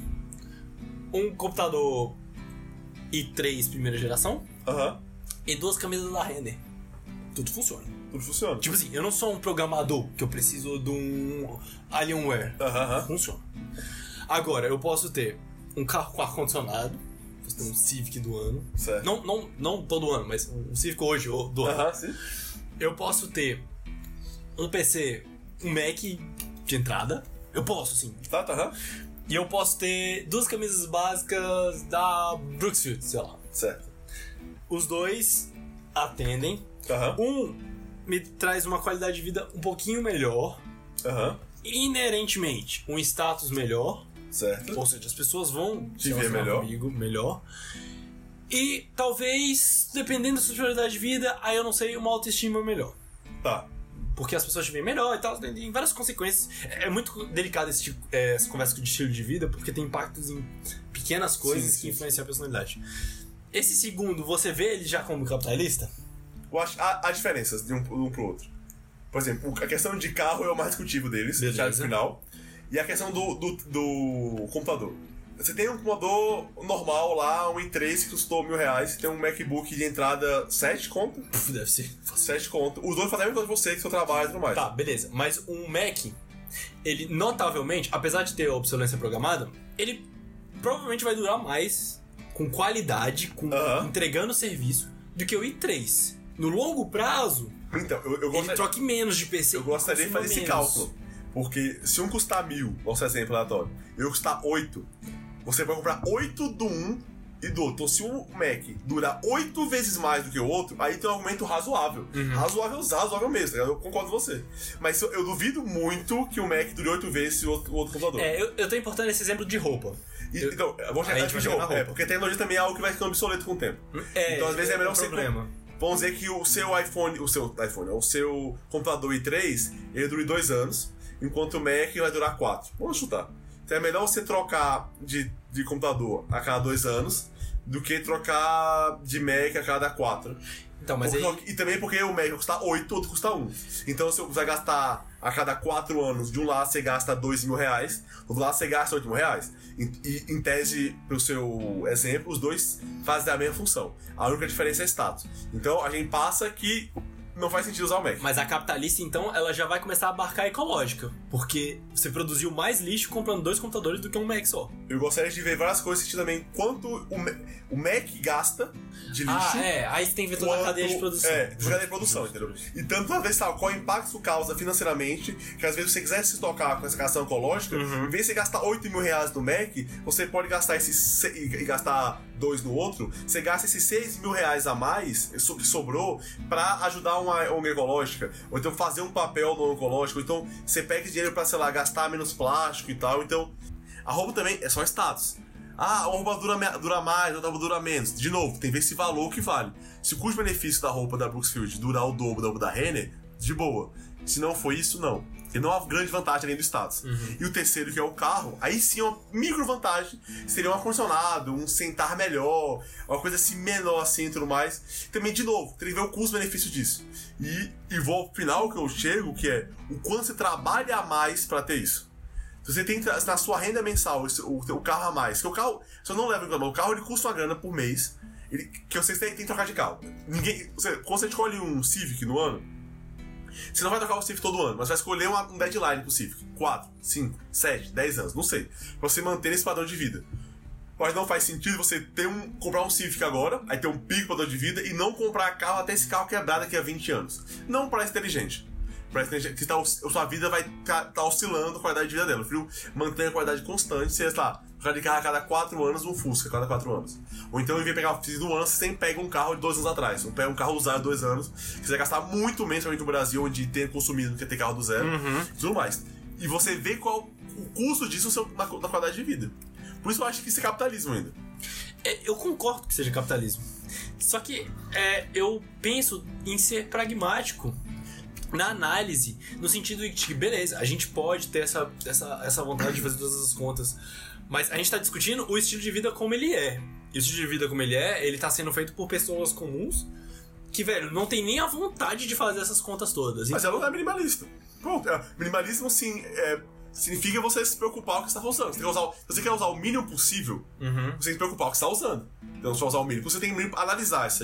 um computador i três primeira geração uh-huh. e duas camisas da Renner. Tudo funciona. Tudo funciona. Tipo assim, eu não sou um programador que eu preciso de um Alienware. Uh-huh. Funciona. Agora, eu posso ter um carro com ar-condicionado, posso ter um Civic do ano. Certo. Não, não, não todo ano, mas um Civic hoje do ano. Aham, sim. Eu posso ter um P C, um Mac de entrada. Eu posso, sim. Tá, tá, aham. E eu posso ter duas camisas básicas da Brooksfield, sei lá. Certo. Os dois atendem. Aham. Um me traz uma qualidade de vida um pouquinho melhor. Aham. Inerentemente, um status melhor. Certo. Ou seja, as pessoas vão Te se ver relacionar melhor. comigo melhor. E talvez, dependendo da sua qualidade de vida, aí eu não sei, uma autoestima melhor. Tá. Porque as pessoas te veem melhor e tal, tem várias consequências. É muito delicado esse tipo, é, essa conversa de estilo de vida, porque tem impactos em pequenas coisas Sim, que sim, influenciam a personalidade. Esse segundo, você vê ele já como capitalista? Eu acho, há, há diferenças de um, de um pro outro. Por exemplo, a questão de carro é o mais discutível deles, Beleza. já no final. E a questão do, do, do computador. Você tem um computador normal lá, um i três que custou mil reais. Você tem um MacBook de entrada sete conto. Puf, deve ser. sete conto. Os dois fazem a mesma coisa de você, que seu trabalho e tudo mais. Tá, beleza. Mas um Mac, ele notavelmente, apesar de ter obsolescência programada, ele provavelmente vai durar mais com qualidade, com Aham. entregando serviço, do que o i três. No longo prazo, Então, eu, eu, ele gostaria, troque menos de P C. eu gostaria de fazer esse consuma menos. cálculo. Porque se um custar mil, nosso exemplo aleatório, e eu custar oito, você vai comprar oito do um e do outro. Então, se um Mac durar oito vezes mais do que o outro, aí tem um argumento razoável. Uhum. Razoável, razoável mesmo, eu concordo com você. Mas eu, eu duvido muito que o Mac dure oito vezes o outro, o outro computador. É, eu, eu tô importando esse exemplo de roupa. E, eu- então, eu vou a chegar gente aqui vai de chegar na roupa. É, roupa. porque a tecnologia também é algo que vai ficando obsoleto com o tempo. É, Então, às vezes é melhor um você problema. Vamos dizer que o seu iPhone, o seu iPhone, o seu computador i três, ele dure dois anos, enquanto o Mac vai durar quatro. Vamos chutar. Então é melhor você trocar de, de computador a cada dois anos do que trocar de Mac a cada quatro. Então, mas Porque- aí... E também porque o Mac custa oito, o outro custa um. Então se você vai gastar a cada quatro anos, de um lado você gasta dois mil reais, do outro lado você gasta oito mil reais. E, e em tese, pelo seu exemplo, os dois fazem a mesma função. A única diferença é status. Então a gente passa que não faz sentido usar o Mac. Mas a capitalista, então, ela já vai começar a abarcar a ecológica. Porque você produziu mais lixo comprando dois computadores do que um Mac só. Eu gostaria de ver várias coisas, sentindo também quanto o, Ma- o Mac gasta de lixo. Ah, é. Aí você tem que ver toda a Quanto- cadeia de produção. É, toda a cadeia de produção, entendeu? E tanto às vezes sabe qual impacto isso causa financeiramente, que às vezes você quiser se tocar com essa questão ecológica, Uhum. em vez de você gastar oito mil reais no Mac, você pode gastar esses se- e gastar dois no outro, você gasta esses seis mil reais a mais, isso que sobrou, pra ajudar uma O N G ecológica, ou então fazer um papel no ecológico, ou então você pega esse dinheiro pra, sei lá, gastar menos plástico e tal, então a roupa também é só status. Ah, a roupa dura, me- dura mais, a outra dura menos. De novo, tem que ver esse valor que vale. Se o custo-benefício da roupa da Brooksfield durar o dobro da roupa da Renner, de boa. Se não for isso, não. E não há grande vantagem além do status. Uhum. E o terceiro, que é o carro, aí sim é uma micro vantagem. Seria um ar-condicionado, um sentar melhor, uma coisa assim menor assim e tudo mais. Também, de novo, tem que ver o custo-benefício disso. E, e vou ao final que eu chego, que é o quanto você trabalha a mais pra ter isso. Se você tem na sua renda mensal o, o carro a mais, que o carro, você não leva em conta, o carro ele custa uma grana por mês, ele, que vocês têm, têm que trocar de carro. Ninguém, você, quando você escolhe um Civic no ano, você não vai trocar o Civic todo ano, mas vai escolher uma, um deadline pro Civic. quatro, cinco, sete, dez anos, não sei. Pra você manter esse padrão de vida. Mas não faz sentido você ter um, comprar um Civic agora, aí ter um pico padrão de vida e não comprar carro até esse carro quebrar daqui a vinte anos. Não parece inteligente. Parece que tá, a sua vida vai estar tá, tá oscilando a qualidade de vida dela. Eu prefiro manter a qualidade constante, sei lá, trocar de carro a cada quatro anos, um Fusca a cada quatro anos. Ou então, em vez de pegar o Fusca do ano, você sempre pega um carro de dois anos atrás. Ou pega um carro usado de dois anos, que você vai gastar muito menos, principalmente no Brasil, onde tem consumido do que ter carro do zero, Uhum. e tudo mais. E você vê qual o custo disso no seu, na, na qualidade de vida. Por isso eu acho que isso é capitalismo ainda. É, eu concordo que seja capitalismo. Só que é, eu penso em ser pragmático na análise, no sentido de que, beleza, a gente pode ter essa, essa, essa vontade de fazer todas as contas, mas a gente tá discutindo o estilo de vida como ele é. E o estilo de vida como ele é, ele tá sendo feito por pessoas comuns que, velho, não tem nem a vontade de fazer essas contas todas. Mas ela não é minimalista. Pronto, é, minimalismo, sim, é, significa você se preocupar com o que você está usando. Você quer usar, se você quer usar o mínimo possível, Uhum. você tem que se preocupar com o que você está usando. Então, se você usar o mínimo, você tem que analisar isso aí.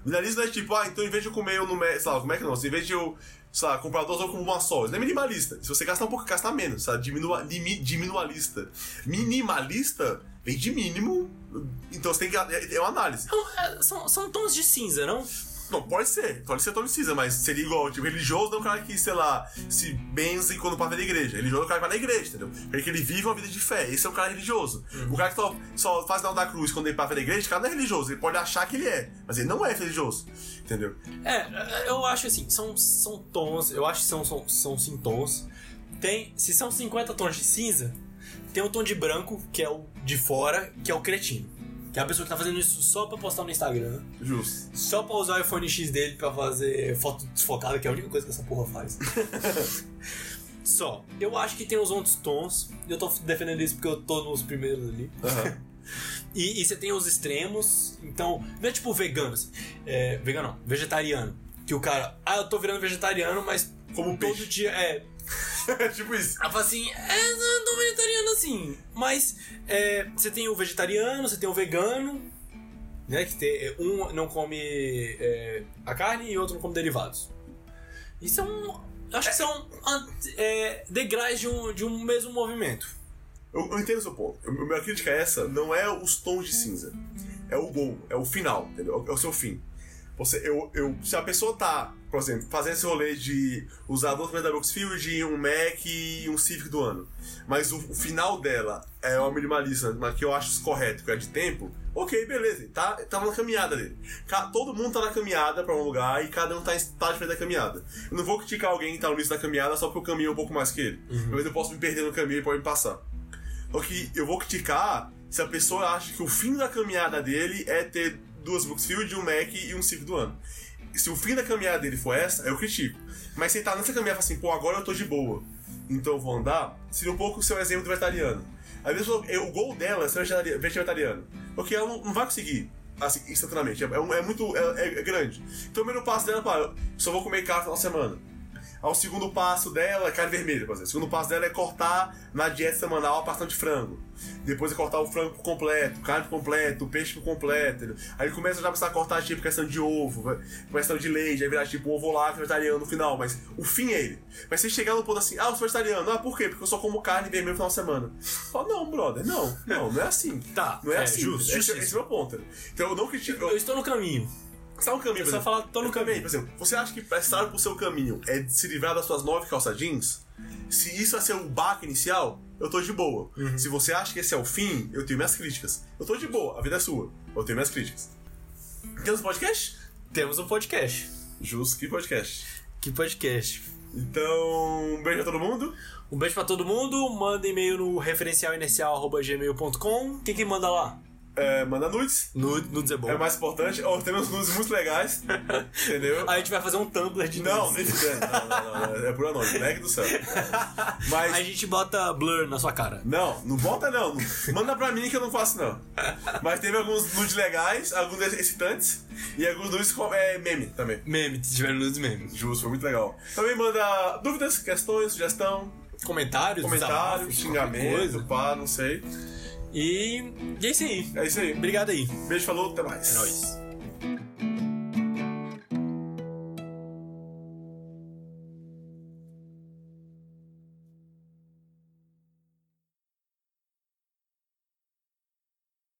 Minimalismo é tipo, ah, então em vez de eu comer eu no médico, sei lá, como é que não? Em vez de eu, sei lá, comprar duas ou como uma só. Isso não é minimalista. Se você gastar um pouco, gastar menos, sabe? Diminua, limi, diminualista. Minimalista vem de mínimo, então você tem que. É uma análise. São, são, são tons de cinza, não? Não, pode ser, pode ser tom de cinza, mas seria igual, tipo, religioso não é um cara que, sei lá, se benze quando passa da igreja. Religioso é um cara que vai na igreja, entendeu? Porque ele vive uma vida de fé, esse é um cara religioso. Uhum. O cara que só, só faz sinal da cruz quando ele passa da igreja, o cara não é religioso, ele pode achar que ele é, mas ele não é religioso, entendeu? É, eu acho assim, são, são tons, eu acho que são, são, são sim tons. Tem, se são cinquenta tons de cinza, tem um tom de branco, que é o de fora, que é o cretino. Que é a pessoa que tá fazendo isso só pra postar no Instagram. Justo. Só pra usar o iPhone X dele pra fazer foto desfocada, que é a única coisa que essa porra faz. Só. Eu acho que tem os outros tons. E eu tô defendendo isso porque eu tô nos primeiros ali. Uhum. e, e você tem os extremos. Então, não é tipo vegano, assim. É, vegano não, vegetariano. Que o cara, ah, eu tô virando vegetariano, mas como todo peixe. dia é. Tipo isso. Ela fala assim, é, não tô vegetariano assim. Mas é, você tem o vegetariano, você tem o vegano, né? Que tem, um não come é, a carne e outro não come derivados. E são. Acho que são é, degraus de um, de um mesmo movimento. Eu, eu entendo o seu ponto. A minha crítica é essa, não é os tons de cinza. É o gol, é o final, entendeu? É o seu fim. Você, eu, eu, se a pessoa tá, por exemplo, fazendo esse rolê de usar duas câmeras da Brooksfield, um Mac e um Civic do ano, mas o, o final dela é uma minimalista, mas que eu acho correto, que é de tempo, ok, beleza, tá, tá na caminhada dele. Todo mundo tá na caminhada pra um lugar e cada um tá, tá diferente da caminhada. Eu não vou criticar alguém que tá no início da caminhada só porque eu caminho um pouco mais que ele. Uhum. Às vezes eu posso me perder no caminho e ele pode me passar. Só que eu vou criticar se a pessoa acha que o fim da caminhada dele é ter duas Brooksfield, um Mac e um Civic do ano. Se o fim da caminhada dele for essa, eu critico. Mas se ele tá nessa caminhada e fala assim, pô, agora eu tô de boa, então eu vou andar, seria um pouco o seu exemplo do vegetariano. Às vezes o gol dela é ser vegetariano, porque ela não, não vai conseguir, assim, instantaneamente. É, é muito é, é grande. Então o primeiro passo dela, pá, eu só vou comer carne na semana. O segundo passo dela é carne vermelha, por exemplo. O segundo passo dela é cortar na dieta semanal a porção de frango. Depois é cortar o frango por completo, carne por completo, o peixe por completo. Aí ele começa já a precisar cortar tipo questão de ovo, questão de leite, aí virar tipo um ovo lá vegetariano no final. Mas o fim é ele. Mas se chegar no ponto assim, ah, eu sou vegetariano, ah, por quê? Porque eu só como carne vermelha no final de semana. Fala, não, brother, não, não, não é assim. Tá, não é, é assim. Justo, esse, esse é o meu ponto. Então eu não critico. Eu, eu estou no caminho. Você tá no caminho, eu só falar, tô no caminho. Por exemplo, você acha que estar pro seu caminho é se livrar das suas nove calça jeans? Se isso vai ser o baque inicial, eu tô de boa. Uhum. Se você acha que esse é o fim, eu tenho minhas críticas. Eu tô de boa, a vida é sua. Eu tenho minhas críticas. Temos um podcast? Temos um podcast. Justo, que podcast? Que podcast. Então, um beijo pra todo mundo. Um beijo pra todo mundo. Manda e-mail no referencial inicial arroba gmail ponto com. Quem que manda lá? É, manda nudes. Nudes, nudes é bom. É o mais importante. Oh, temos nudes muito legais. Entendeu? Aí a gente vai fazer um Tumblr de não, nudes. Nem não, não, não, não. É por anônimo. Leg do céu. Mas... Aí a gente bota blur na sua cara. Não, não bota não. Manda pra mim que eu não faço não. Mas teve alguns nudes legais, alguns excitantes. E alguns nudes com é, meme também. Meme, se tiver nudes meme. Justo, foi muito legal. Também manda dúvidas, questões, sugestão. Comentários, comentários, xingamento, pá, não sei. E... e é isso aí. É isso aí. Obrigado aí. Beijo, falou, até mais. É nóis.